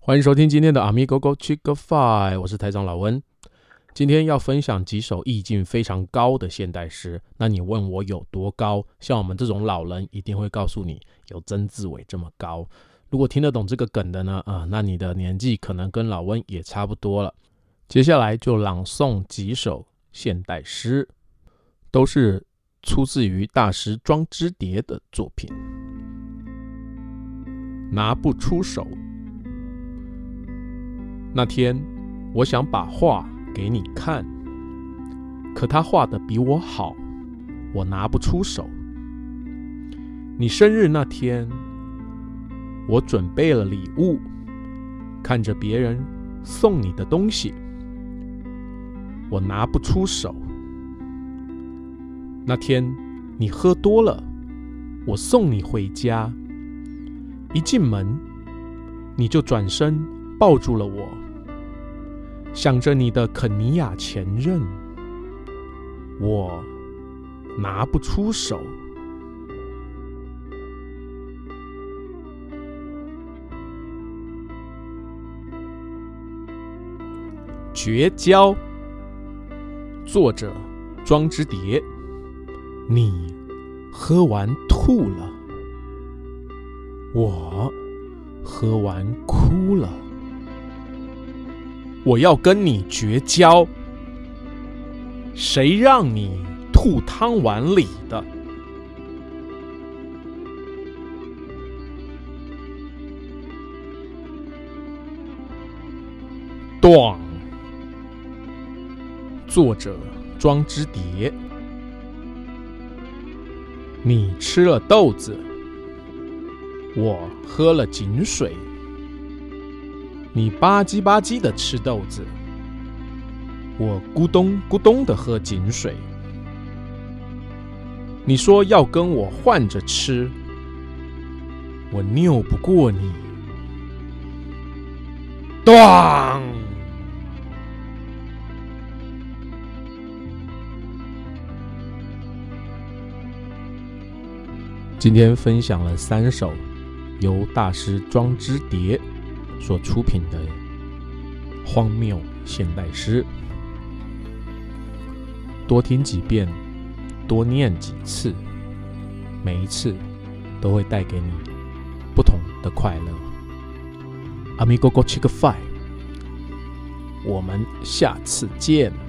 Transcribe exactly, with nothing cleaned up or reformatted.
欢迎收听今天的 Amigo Go Chick Five， 我是台长老温。今天要分享几首意境非常高的现代诗。那你问我有多高？像我们这种老人一定会告诉你，有曾志伟这么高。如果听得懂这个梗的呢，呃、那你的年纪可能跟老温也差不多了。接下来就朗诵几首现代诗，都是出自于大师庄之蝶的作品。拿不出手。那天我想把画给你看，可他画得比我好，我拿不出手。你生日那天，我准备了礼物，看着别人送你的东西，我拿不出手。那天你喝多了，我送你回家，一进门你就转身抱住了我，想着你的肯尼亚前任，我拿不出手。绝交，作者庄之蝶。你喝完吐了，我喝完哭了。我要跟你绝交，谁让你吐汤碗里的？断，作者庄之蝶。你吃了豆子，我喝了井水。你吧唧吧唧的吃豆子，我咕咚咕咚的喝井水。你说要跟我换着吃，我拗不过你。咚！今天分享了三首由大师庄之蝶所出品的荒谬现代诗，多听几遍，多念几次，每一次都会带给你不同的快乐。Amigo Go Chick Five， 我们下次见。